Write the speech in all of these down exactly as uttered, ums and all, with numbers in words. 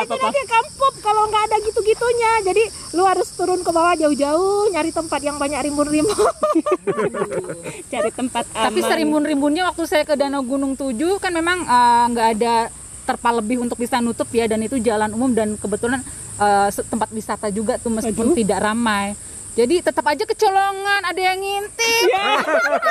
makanya dia kampung kalau nggak ada gitu-gitunya. Jadi lu harus turun ke bawah jauh-jauh, nyari tempat yang banyak rimbun-rimbun. Cari tempat aman. Tapi serimbun-rimbunnya waktu saya ke Danau Gunung Tujuh kan memang uh, nggak ada terpal lebih untuk bisa nutup ya, dan itu jalan umum dan kebetulan uh, tempat wisata juga tuh meskipun Aduh. tidak ramai. Jadi tetap aja kecolongan, ada yang ngintip. Yeah.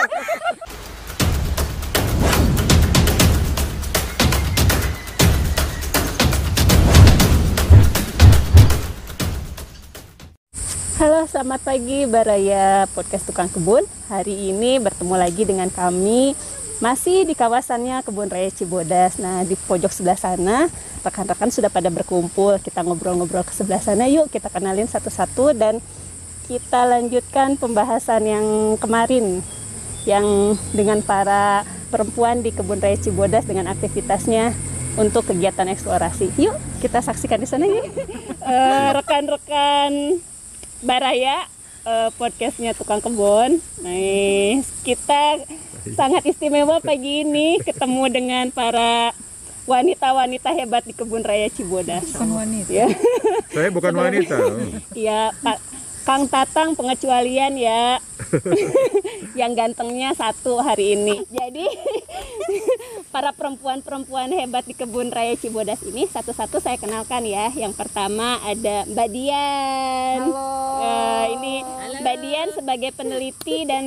Halo, selamat pagi Baraya Podcast Tukang Kebun. Hari ini bertemu lagi dengan kami masih di kawasannya Kebun Raya Cibodas. Nah, di pojok sebelah sana rekan-rekan sudah pada berkumpul. Kita ngobrol-ngobrol ke sebelah sana. Yuk kita kenalin satu-satu dan kita lanjutkan pembahasan yang kemarin yang dengan para perempuan di Kebun Raya Cibodas dengan aktivitasnya untuk kegiatan eksplorasi. Yuk kita saksikan di sana yuk. uh, rekan-rekan Baraya, uh, podcastnya Tukang Kebun. Nah, kita sangat istimewa pagi ini ketemu dengan para wanita-wanita hebat di Kebun Raya Cibodas. Bukan wanita. Ya. Saya bukan wanita. Iya, Pak Kang Tatang pengecualian ya. Yang gantengnya satu hari ini. Jadi para perempuan-perempuan hebat di Kebun Raya Cibodas ini satu-satu saya kenalkan ya. Yang pertama ada Mbak Dian. Halo. Uh, ini Halo. Mbak Dian sebagai peneliti dan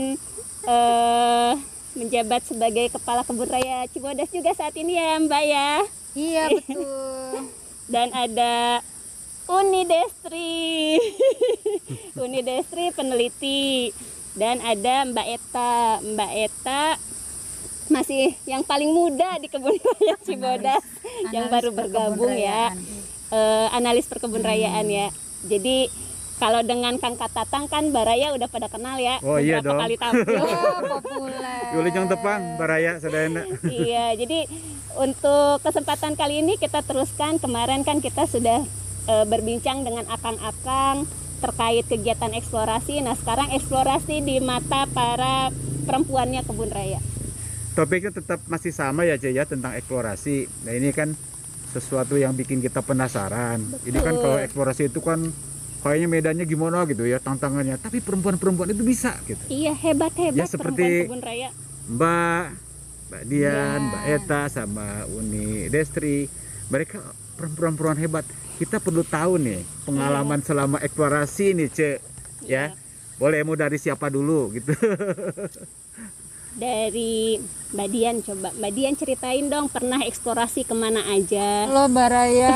uh, menjabat sebagai Kepala Kebun Raya Cibodas juga saat ini ya Mbak ya. Iya betul. Dan ada Uni Destri. Uni Destri peneliti. Dan ada Mbak Eta. Mbak Eta masih yang paling muda di Kebun Raya Cibodas, analis, yang baru bergabung ya. Uh, analis perkebunrayaan hmm. ya. Jadi kalau dengan Kang Katatang kan Baraya udah pada kenal ya. Oh iya dong. Kali tampil. Oh, populer. Wilujeng tepang Baraya sadayana. Iya, jadi untuk kesempatan kali ini kita teruskan. Kemarin kan kita sudah uh, berbincang dengan akang-akang terkait kegiatan eksplorasi. Nah, sekarang eksplorasi di mata para perempuannya Kebun Raya. Topiknya tetap masih sama ya, Cek ya, tentang eksplorasi. Nah, ini kan sesuatu yang bikin kita penasaran. Betul. Ini kan kalau eksplorasi itu kan kayaknya medannya gimana gitu ya, tantangannya. Tapi perempuan-perempuan itu bisa gitu. Iya, hebat-hebat ya, seperti perempuan Kebun Raya. Mbak, Mbak Dian, ya. Mbak Eta, sama Uni Destri. Mereka perempuan-perempuan hebat. Kita perlu tahu nih pengalaman ya. selama eksplorasi nih, Cek. Ya. ya. Boleh mau dari siapa dulu gitu. Dari Mbak Dian, coba Mbak Dian ceritain dong pernah eksplorasi kemana aja. Halo Baraya.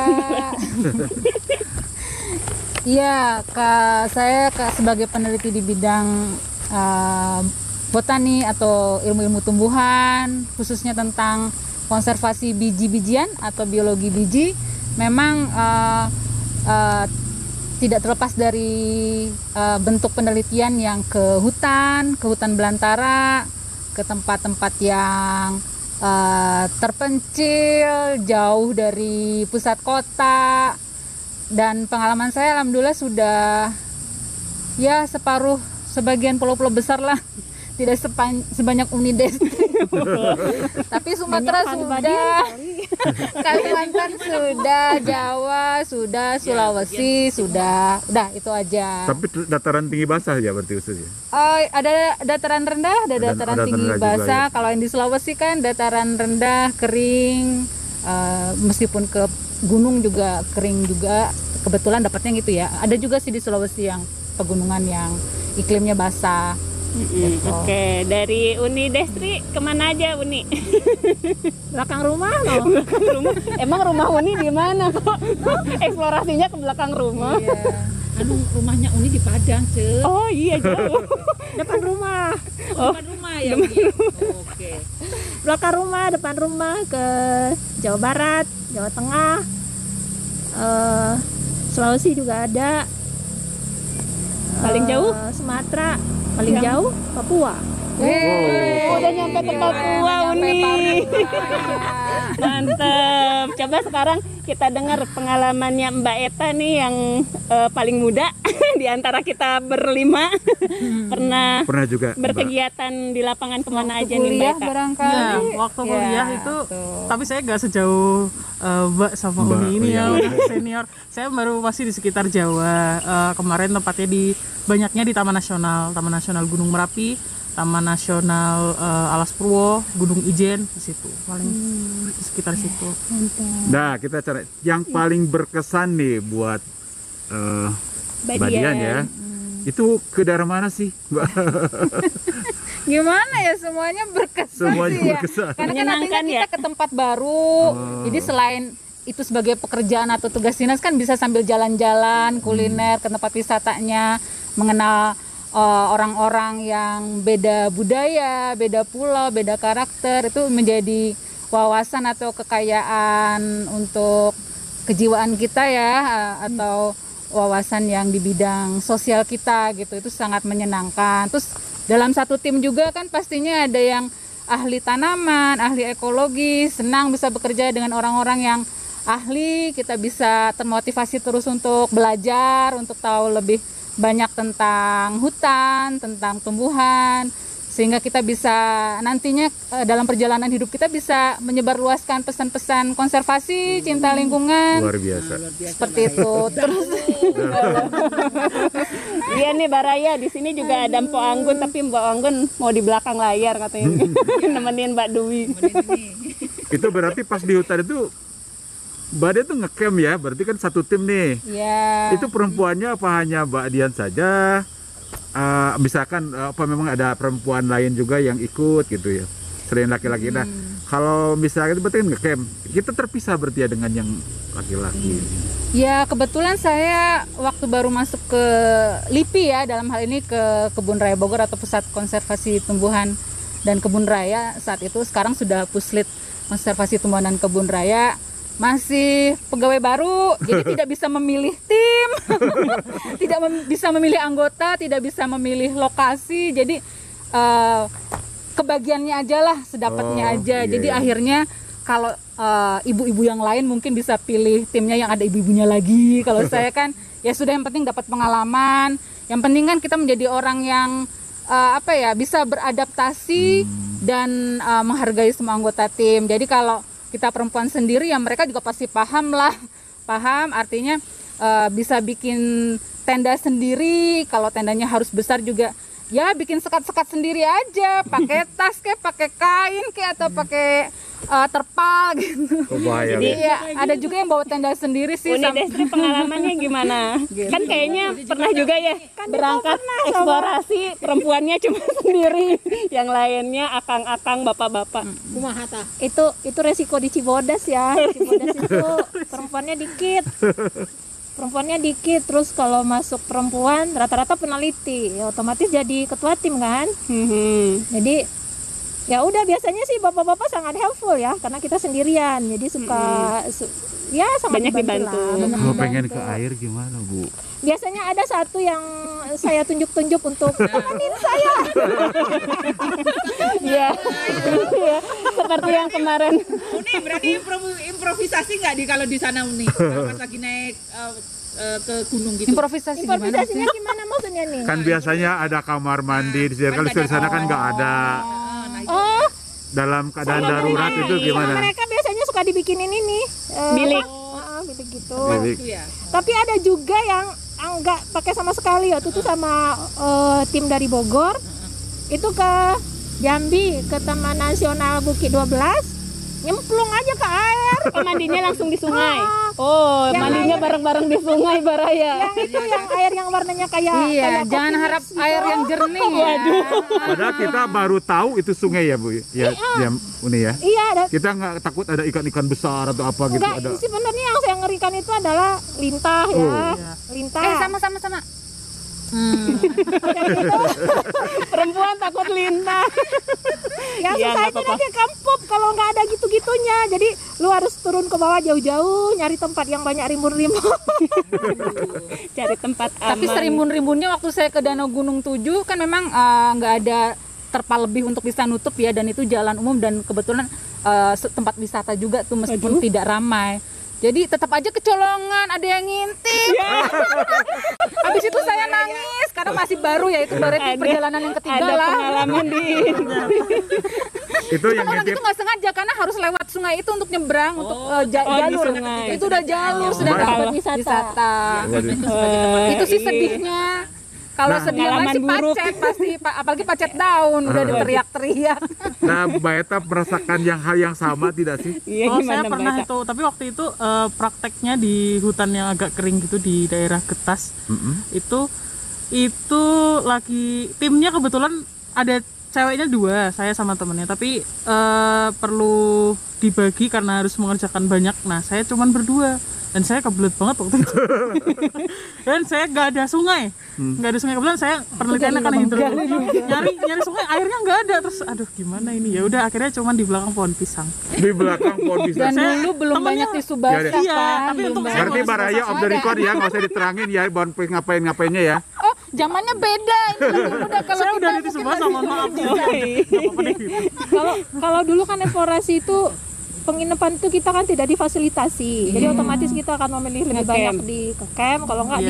Iya, Kak, saya Kak, sebagai peneliti di bidang uh, botani atau ilmu-ilmu tumbuhan, khususnya tentang konservasi biji-bijian atau biologi biji, memang uh, uh, tidak terlepas dari uh, bentuk penelitian yang ke hutan, ke hutan belantara, ke tempat-tempat yang uh, terpencil, jauh dari pusat kota. Dan pengalaman saya alhamdulillah sudah ya separuh, sebagian pulau-pulau besar lah. Tidak sepan, sebanyak Uni Destri. Tapi Sumatera sudah, Kalimantan sudah, Jawa sudah, Sulawesi sudah. Udah itu aja. Tapi dataran tinggi basah ya berarti khususnya? Oh, ada dataran rendah, ada dataran ada tinggi basah. Ya. Kalau yang di Sulawesi kan dataran rendah, kering. Uh, meskipun ke gunung juga kering juga. Kebetulan dapatnya gitu ya. Ada juga sih di Sulawesi yang pegunungan yang iklimnya basah. Mm-hmm. Oke, okay. Dari Uni Destri kemana aja Uni? Belakang rumah loh. Belakang rumah. Emang rumah Uni di mana kok? Eksplorasinya ke belakang rumah. Iya. Aduh, rumahnya Uni di Padang, Ce. Oh iya jauh. Depan rumah. Oh, depan rumah ya. Depan rumah. Oh, Oke. Okay. Belakang rumah, depan rumah ke Jawa Barat, Jawa Tengah, uh, Sulawesi juga ada. Paling jauh uh, Sumatera. Paling yang jauh Papua. Oh, udah nyampe tempat tua Uni. Mantap. Coba sekarang kita dengar pengalamannya Mbak Eta nih yang uh, paling muda di antara kita berlima. Pernah Pernah juga berkegiatan Mbak di lapangan kemana aja nih Mbak Kuliah Eta? barangkali. Ya, waktu Ya, kuliah itu, tuh. tapi saya nggak sejauh uh, Mbak sama Mbak, Uni ini iya. ya, senior. Saya baru masih di sekitar Jawa. Uh, kemarin tempatnya di banyaknya di Taman Nasional, Taman Nasional Gunung Merapi, Taman Nasional uh, Alas Purwo, Gunung Ijen di situ, paling di sekitar situ. Nah, kita cari yang paling berkesan nih buat uh, Mbak Mbak Dian Dian. ya. Itu ke daerah mana sih, Mbak? Gimana ya, semuanya berkesan Semuanya sih ya. berkesan. Karena kan Menyenangkan artinya kita ya? ke tempat baru. Oh. Jadi selain itu sebagai pekerjaan atau tugas dinas kan bisa sambil jalan-jalan, kuliner ke tempat wisatanya, mengenal uh, orang-orang yang beda budaya, beda pulau, beda karakter. Itu menjadi wawasan atau kekayaan untuk kejiwaan kita ya, uh, atau wawasan yang di bidang sosial kita gitu. Itu sangat menyenangkan. Terus dalam satu tim juga kan pastinya ada yang ahli tanaman, ahli ekologi, senang bisa bekerja dengan orang-orang yang ahli. Kita bisa termotivasi terus untuk belajar, untuk tahu lebih banyak tentang hutan, tentang tumbuhan, sehingga kita bisa nantinya eh, dalam perjalanan hidup kita bisa menyebarluaskan pesan-pesan konservasi, cinta lingkungan, Luar biasa. seperti itu. Terus Iya nih Baraya, di sini juga ada Mpok Anggun, tapi Mbak Anggun mau di belakang layar katanya. Nemenin Mbak Dwi. Itu berarti pas di hutan itu Mbak Dian tuh ngecamp ya, berarti kan satu tim nih. ya Itu perempuannya apa hanya Mbak Dian saja? Uh, misalkan uh, apa memang ada perempuan lain juga yang ikut gitu ya, selain laki-laki. Nah, kalau misalnya itu berarti kan ngecamp, kita terpisah berarti ya dengan yang laki-laki. Ya kebetulan saya waktu baru masuk ke LIPI ya, dalam hal ini ke Kebun Raya Bogor atau Pusat Konservasi Tumbuhan dan Kebun Raya saat itu. Sekarang sudah Puslit Konservasi Tumbuhan dan Kebun Raya, masih pegawai baru, jadi tidak bisa memilih tim, tidak mem- bisa memilih anggota, tidak bisa memilih lokasi. Jadi uh, kebagiannya aja lah, sedapatnya Oh, aja. iya, Jadi iya. akhirnya kalau uh, ibu-ibu yang lain mungkin bisa pilih timnya yang ada ibu-ibunya lagi. Kalau saya kan ya sudah, yang penting dapat pengalaman. Yang penting kan kita menjadi orang yang uh, apa ya, bisa beradaptasi dan uh, menghargai semua anggota tim. Jadi kalau kita perempuan sendiri ya mereka juga pasti paham lah, paham artinya uh, bisa bikin tenda sendiri. Kalau tendanya harus besar juga ya bikin sekat-sekat sendiri aja, pakai tas kayak pakai kain kayak atau pakai uh, terpal gitu. Oh, bahaya. Jadi Bu. ya ada juga yang bawa tenda sendiri sih. Uni sam- Destri pengalamannya gimana? Kan kayaknya pernah juga ya berangkat eksplorasi, perempuannya cuma sendiri, yang lainnya akang-akang, bapak-bapak. itu itu resiko di Cibodas ya. Cibodas itu perempuannya dikit, perempuannya dikit. Terus kalau masuk perempuan rata-rata peneliti, ya otomatis jadi ketua tim kan. Hmm. Jadi ya udah, biasanya sih bapak-bapak sangat helpful ya, karena kita sendirian, jadi suka su- ya sangat Banyak dibantu dibantu. lah, banyak Kalau pengen dibantu. ke air gimana, Bu? Biasanya ada satu yang saya tunjuk-tunjuk untuk temenin saya. Iya. Iya. Seperti yang kemarin. Uni berarti impro- improvisasi nggak di kalau di sana Uni? Kalau pas lagi naik eh, eh, ke gunung gitu. Improvisasi gimana sih? Improvisasinya gimana maksudnya nih? Kan biasanya ada kamar mandi di sini, kalau di sana kan nggak ada. Oh, Dalam keadaan sama darurat mereka- itu sama gimana? mereka biasanya suka dibikinin ini eh, Bilik. apa? Ah, bilik gitu. Bilik. Itu ya. Tapi ada juga yang enggak pakai sama sekali. Waktu itu sama eh, tim dari Bogor itu ke Jambi, ke Taman Nasional Bukit dua belas, nyemplung aja ke air. Oh, mandinya langsung di sungai. Ah. Oh, Yang mandinya air- bareng-bareng di sungai Baraya. Yang itu yang air yang warnanya kayak Iya, kayak jangan kopi harap mix gitu. air yang jernih ya. Padahal kita baru tahu itu sungai ya, Bu. Ya, ya Uni ya. Iya, ada. Kita nggak takut ada ikan-ikan besar atau apa gitu Enggak, ada. sebenarnya yang saya ngerikan itu adalah lintah ya. Oh. Lintah. Eh sama sama sama. Hmm. Perempuan takut lintah. Yang Iya, susah nggak itu apa-apa. nanti kampung kalau nggak ada gitu-gitunya. Jadi lu harus turun ke bawah jauh-jauh, nyari tempat yang banyak rimbun-rimbun. Cari tempat aman. Tapi serimbun-rimbunnya waktu saya ke Danau Gunung Tujuh kan memang eh, nggak ada terpal lebih untuk bisa nutup ya, dan itu jalan umum dan kebetulan uh, tempat wisata juga tuh meskipun Aduh. tidak ramai. Jadi tetap aja kecolongan, ada yang ngintip. Habis itu saya nangis karena masih baru ya, itu baru itu Ada- perjalanan yang ketiga Ada lah. pengalaman di Itu yang Orang ngintip itu nggak sengaja karena harus lewat sungai itu untuk nyebrang untuk uh, ja- oh, di jalur. sungai. Itu udah jalur sudah Baik. dapat Wisata. wisata. Eh, Itu sih ini. sedihnya. Kalau Nah. sedih Pengalaman masih buruk. pacet pasti, pa- apalagi pacet daun udah diteriak-teriak. Nah, Mbak Eta merasakan yang hal yang sama tidak sih? Iya, Oh, saya gimana, pernah Mbak Eta? itu, tapi waktu itu eh, prakteknya di hutan yang agak kering gitu di daerah Getas. Mm-mm. Itu itu lagi timnya kebetulan ada ceweknya dua, saya sama temennya, tapi eh, perlu dibagi karena harus mengerjakan banyak. Nah, saya cuman berdua dan saya kebelet banget waktu itu. Dan saya nggak ada sungai, nggak ada sungai, kebetulan saya penelitiannya kan hidro, nyari nyari sungai, airnya nggak ada, terus aduh gimana ini, ya udah akhirnya cuman di belakang pohon pisang. Di belakang pohon pisang. Dan dulu belum temennya- banyak tisu basah Iya, kan. tapi belum untuk banyak. saya Berarti masih Baraya basah. off the record ya, nggak usah diterangin ya, bon ngapain ngapainnya ya. Oh, zamannya beda ini lebih mudah kalau Saya kita udah di mungkin tisu basah, mohon maaf. Nggak apa-apa deh, gitu. Kalau kalau dulu kan eksplorasi itu penginapan itu kita kan tidak difasilitasi, jadi otomatis kita akan memilih lebih Nge-camp. banyak di ke camp, kalau nggak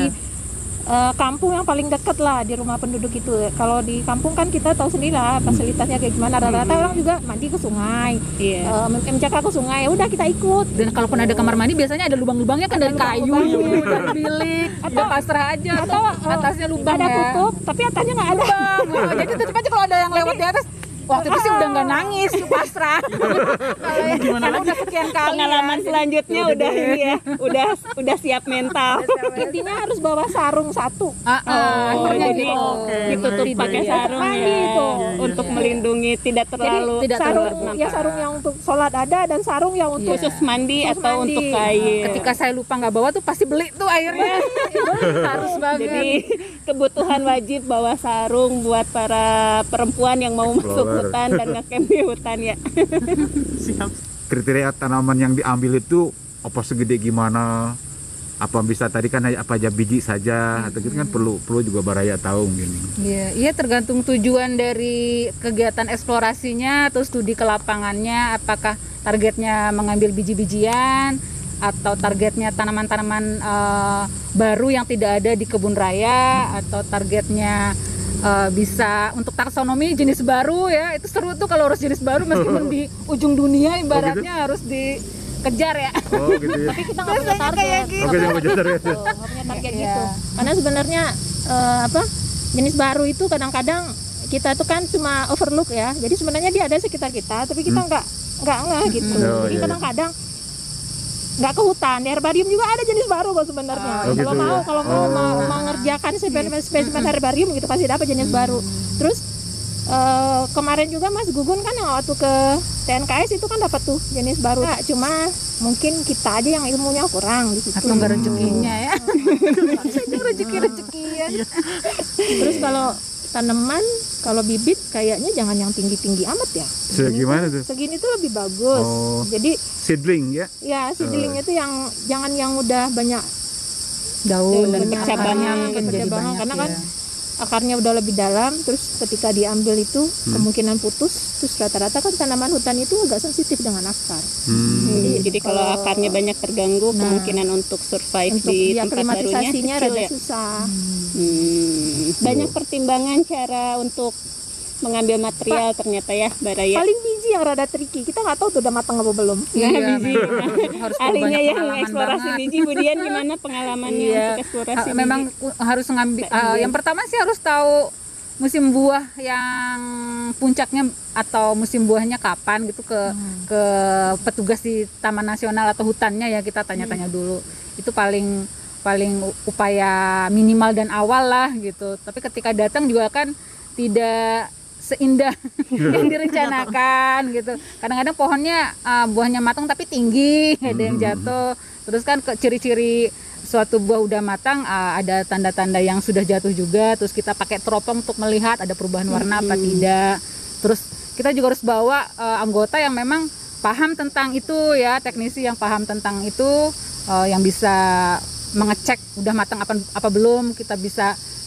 Iya. di eh, kampung yang paling dekat lah di rumah penduduk itu. Kalau di kampung kan kita tahu sendiri lah fasilitasnya kayak gimana. Rata-rata orang juga mandi ke sungai, Iya. eh, M C K ke sungai, ya udah kita ikut. dan kalaupun ada kamar mandi biasanya ada lubang-lubangnya kan dari kayu lubang-lubangnya. dan bilik. Atau pasrah aja Atau atau eh, atasnya lubang ada ya. tutup, tapi atasnya nggak ada. Lubang. Oh, jadi tetap aja kalau ada yang lewat di atas. Waktu itu sih udah nggak nangis, pasrah. Kalau ya, karena udah sekian kali. Pengalaman ya. selanjutnya udah ini ya, udah udah siap mental. Intinya harus bawa sarung satu. Ah, ah, Oh, akhirnya jadi gitu. ditutup baik, pakai baik. sarung Mandi ya, itu. untuk melindungi tidak Jadi terlalu tidak sarung terlalu ya sarung yang untuk sholat ada dan sarung yang untuk Iya. khusus mandi Khusus atau mandi. untuk air. Ketika saya lupa nggak bawa tuh pasti beli tuh airnya. Harus banget. Jadi kebutuhan wajib bawa sarung buat para perempuan yang mau masuk Explorer. hutan dan ngecamp di hutan ya. Siap. Kriteria tanaman yang diambil itu apa segede gimana? Apa bisa tadi kan apa aja biji saja atau gitu kan perlu perlu juga Baraya tahu gini. Iya, iya tergantung tujuan dari kegiatan eksplorasinya atau studi ke lapangannya, apakah targetnya mengambil biji-bijian atau targetnya tanaman-tanaman eh, baru yang tidak ada di kebun raya, atau targetnya eh, bisa untuk taksonomi jenis baru ya. Itu seru tuh kalau harus jenis baru meskipun di ujung dunia ibaratnya harus dikejar ya. Oh gitu ya. tapi kita nggak punya target. Oke jangan jetar ya. Tuh, nggak punya target Iya. gitu. Karena sebenarnya eh, apa jenis baru itu kadang-kadang kita tuh kan cuma overlook ya. Jadi sebenarnya dia ada sekitar kita, tapi kita nggak nggak ngeh gitu. Oh, Jadi iya, iya. kadang-kadang nggak ke hutan, di herbarium juga ada jenis baru kok sebenarnya. Oh, kalau gitu mau ya. kalau mau Oh. mau mengerjakan spesimen spesimen herbarium gitu pasti dapat jenis baru. Terus eh, kemarin juga Mas Gugun kan yang waktu ke T N K S itu kan dapat tuh jenis baru. Nah, cuma mungkin kita aja yang ilmunya kurang di situ. Atau nggak rezekinya ya. Itu rezeki-rezekian. Terus kalau tanaman, kalau bibit kayaknya jangan yang tinggi-tinggi amat ya. Segimana tuh? Segini tuh lebih bagus. Oh. Jadi Seedling ya. ya seedlingnya tuh yang jangan yang udah banyak Daun dan banyak percabangan kan kan jadi bercabangan, banyak karena ya. kan akarnya udah lebih dalam. Terus ketika diambil itu kemungkinan putus. Terus rata-rata kan tanaman hutan itu agak sensitif dengan akar. Hmm. Jadi, jadi kalau kalau- akarnya banyak terganggu, Nah, kemungkinan untuk survive Untuk di ya, tempat barunya klimatisasinya kecil rada ya. susah. Hmm, banyak pertimbangan cara untuk mengambil material ternyata ya, Baraya. Paling biji yang rada tricky. Kita nggak tahu tuh udah matang apa belum. Nah, Iya, biji. memang. Harus perlu Ahlinya banyak yang pengalaman mengeksplorasi banget. biji, Budian gimana pengalamannya Iya. untuk eksplorasi Ha- memang biji? ku- harus ngambil Mbak uh, Dian. yang pertama sih harus tahu musim buah yang puncaknya atau musim buahnya kapan gitu ke ke petugas di Taman Nasional atau hutannya ya, kita tanya-tanya dulu. Itu paling paling u- upaya minimal dan awal lah gitu. Tapi ketika datang juga kan tidak seindah yang direncanakan gitu. Kadang-kadang pohonnya uh, buahnya matang tapi tinggi, ada yang jatuh. Terus kan ke ciri-ciri suatu buah udah matang, uh, ada tanda-tanda yang sudah jatuh juga. Terus kita pakai teropong untuk melihat ada perubahan warna apa tidak. Terus kita juga harus bawa uh, anggota yang memang paham tentang itu ya, teknisi yang paham tentang itu, uh, yang bisa mengecek udah matang apa apa belum. Kita bisa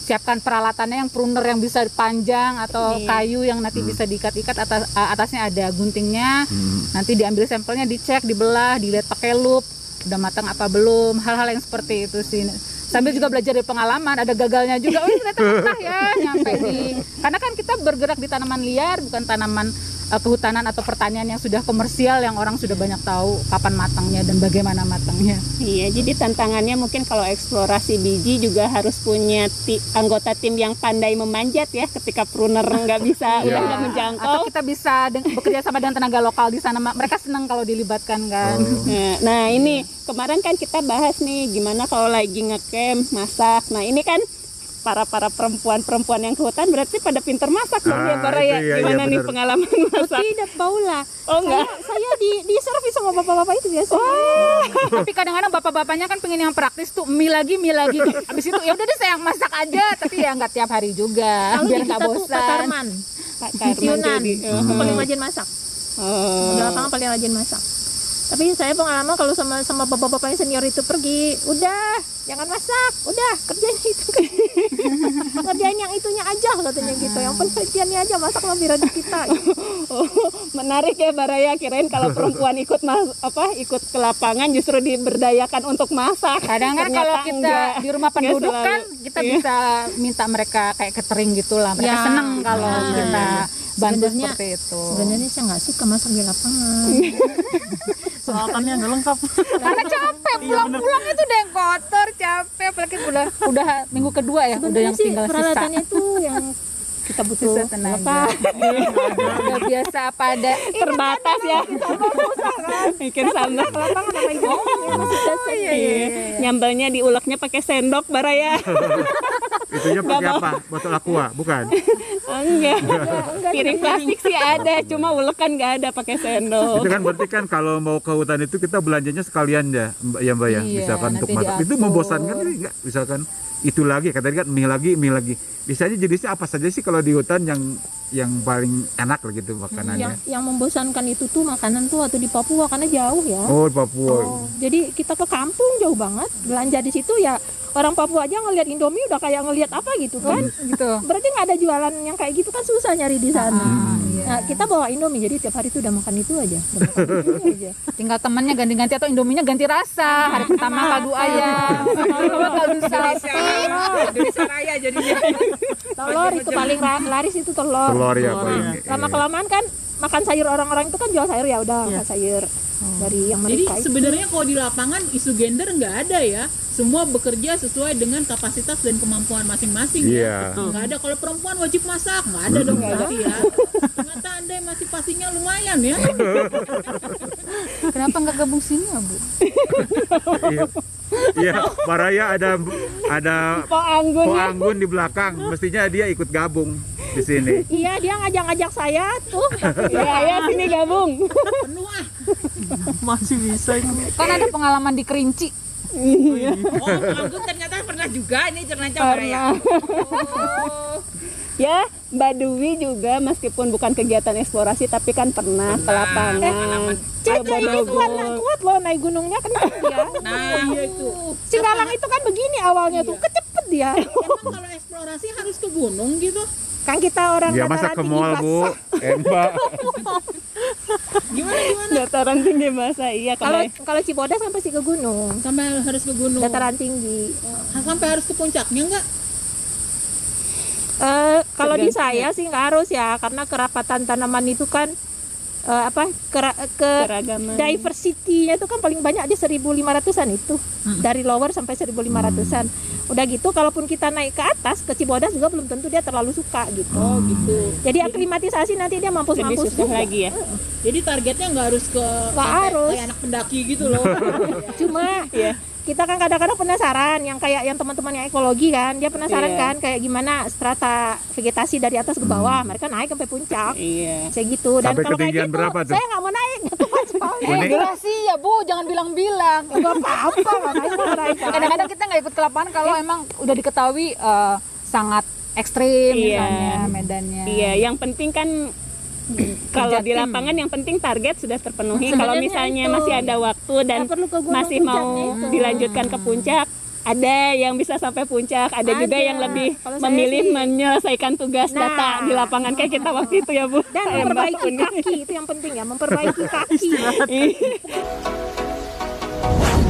siapkan peralatannya yang pruner yang bisa panjang atau Iya. kayu yang nanti bisa diikat-ikat, atas atasnya ada guntingnya. Hmm. Nanti diambil sampelnya, dicek, dibelah, dilihat pakai lup udah matang apa belum, hal-hal yang seperti itu sih. Sambil juga belajar dari pengalaman, ada gagalnya juga. Oh, ini ternyata mentah ya nyampe di. Karena kan kita bergerak di tanaman liar, bukan tanaman uh, kehutanan atau pertanian yang sudah komersial, yang orang sudah banyak tahu kapan matangnya dan bagaimana matangnya. Iya, jadi tantangannya mungkin kalau eksplorasi biji juga harus punya ti- anggota tim yang pandai memanjat ya, ketika pruner nggak bisa, Iya. udah nggak menjangkau. Atau kita bisa deng- bekerja sama dengan tenaga lokal di sana. Mereka senang kalau dilibatkan kan. Oh. Nah, nah ini kemarin kan kita bahas nih gimana kalau lagi ngecamp masak. Nah ini kan para para perempuan-perempuan yang ke hutan berarti pada pinter masak dong ya Ah, para itu ya. iya, Gimana iya, nih bener. pengalaman Oh, masak? tidak, Paula. Oh enggak. Saya, saya di di servis sama bapak-bapak itu biasa. Tapi kadang-kadang bapak-bapaknya kan pengen yang praktis tuh, mie lagi, mie lagi. Habis itu ya udah deh saya yang masak aja, tapi ya nggak tiap hari juga, Kalau biar di nggak kita tuh Pak bosan. Tarman, Pak di Karman Siunan, jadi. itu paling rajin masak. Oh. Di lapangan paling rajin masak. Tapi saya pengalaman kalau sama sama bapak-bapak yang senior itu pergi, udah jangan masak, udah kerjain itu, kerjain yang itunya aja katanya gitu. Yang penelitiannya aja, masak mah biar di kita. Oh, menarik ya Baraya, kirain kalau perempuan ikut mas, apa ikut ke lapangan justru diberdayakan untuk masak. Kadang kan Ternyata kalau kita enggak. di rumah Enggak penduduk selalu. kan kita Iya. bisa minta mereka kayak catering gitulah. Mereka Ya. seneng kalau Ya. kita bantu Sebenarnya- seperti itu. Sebenarnya saya nggak suka masak di lapangan. Peralatannya nggak lengkap. Karena capek, pulang-pulang itu udah yang kotor, capek, apalagi udah udah minggu kedua ya, udah Sebenarnya yang sih tinggal sisa. peralatannya itu yang kita butuh Sisa tenaga. apa? Udah biasa apa ada. Terbatas ya. Bikin sambal. Lapangan sama ibu. Oh, iya, iya, iya. Nyambalnya diuleknya pakai sendok Baraya. Itunya pakai apa? Botol aqua, bukan? Enggak. Piring plastik sih ada, cuma ulekan nggak ada pakai sendok. Itu kan berarti kan kalau mau ke hutan itu kita belanjanya sekalian ya, Mbak ya Mbak ya. Iya, Misalkan untuk nanti masak itu diatur. membosankan kan enggak? Misalkan itu lagi, katanya kan mie lagi, mie lagi. Biasanya jenisnya apa saja sih kalau di hutan yang yang paling enak lah gitu Yang makanannya? yang membosankan itu tuh makanan tuh waktu di Papua karena jauh ya. Oh, di Papua. Oh, jadi kita ke kampung jauh banget, belanja di situ ya orang Papua aja ngelihat Indomie udah kayak ngelihat apa gitu kan. Gitu. Berarti nggak ada jualan yang kayak gitu kan, susah nyari di sana. Ah, iya. Nah, kita bawa Indomie jadi tiap hari tuh udah makan itu aja. Udah makan itu aja. Tinggal temannya ganti-ganti atau Indominya ganti rasa. Hari pertama kaldu ayam, hari kedua kaldu sapi. Indonesia Raya jadinya. Telur itu paling ra- laris itu telur. Telur ya Telur, paling. Lama kelamaan kan makan sayur, orang-orang itu kan jual sayur ya udah Iya. makan sayur dari yang Jadi mereka itu. sebenarnya kalau di lapangan isu gender nggak ada ya. Semua bekerja sesuai dengan kapasitas dan kemampuan masing-masing Iya. ya. Nggak ada kalau perempuan wajib masak, nggak ada dong berarti ya. Ternyata Anda masih pastinya lumayan ya. Kenapa nggak gabung sini ya, Bu? Iya. Iya, Baraya ada ada Po anggun Po ya. Anggun di belakang, mestinya dia ikut gabung di sini. Iya, dia ngajak-ngajak saya tuh. Iya, ya sini gabung. Penuh ah. Masih bisa itu. Kan ada pengalaman di Kerinci. Oh, Anggun ternyata pernah juga ini ternyata Raya. Oh. Ya, Mbak Dwi juga meskipun bukan kegiatan eksplorasi tapi kan pernah ke lapangan. Cece ini kuat, kuat loh naik gunungnya, kenapa dia? Nah, itu. Singgalang itu kan begini awalnya tuh, kecepet dia. Emang kalau eksplorasi harus ke gunung gitu? Kan kita orang Ya masa dataran ke tinggi mall, Bu? basah. Eh, Mbak. Gimana gimana? Dataran tinggi masa iya Kalau kalau kalau Cibodas kan pasti ke gunung, Sampai harus ke gunung. dataran tinggi. Sampai harus ke puncaknya enggak? Eh, kalau di Tergantung saya sih nggak harus ya, karena kerapatan tanaman itu kan eh, apa kera- ke keragaman. diversity-nya itu kan paling banyak di seribu lima ratusan itu. Dari lower sampai seribu lima ratusan. Udah gitu kalaupun kita naik ke atas ke Cibodas juga belum tentu dia terlalu suka gitu. Oh, gitu. Jadi aklimatisasi nanti dia Lebih mampus-mampus susah juga. lagi ya. Jadi targetnya nggak harus ke Nggak sampai harus. kayak anak pendaki gitu loh. Cuma Iya. kita kan kadang-kadang penasaran yang kayak yang teman-teman yang ekologi kan, dia penasaran Iya. kan kayak gimana strata vegetasi dari atas ke bawah. Mereka naik sampai puncak. Iya. Saya gitu. Dan Sampai kalau kayak ketinggian gitu, berapa tuh? saya nggak mau naik. Nggak kuat soalnya. Eh, durasi ya, Bu, jangan bilang-bilang. Nggak apa-apa, ngapain mau naik. Kadang-kadang kita nggak ikut ke lapangan kalau emang udah diketahui eh, sangat ekstrim Iya. misalnya medannya. Iya, yang penting kan kalau Kerja di tim. lapangan yang penting target sudah terpenuhi. Kalau Sebenarnya misalnya itu. masih ada waktu dan Nggak perlu ke gunung masih mau puncaknya itu. dilanjutkan ke puncak, Ada yang bisa sampai puncak, ada, Ada. juga yang lebih Kalau saya memilih sih- menyelesaikan tugas Nah. data di lapangan kayak kita waktu itu ya Bu. Dan Kayak Mbak memperbaiki Uni. kaki itu yang penting ya, memperbaiki kaki.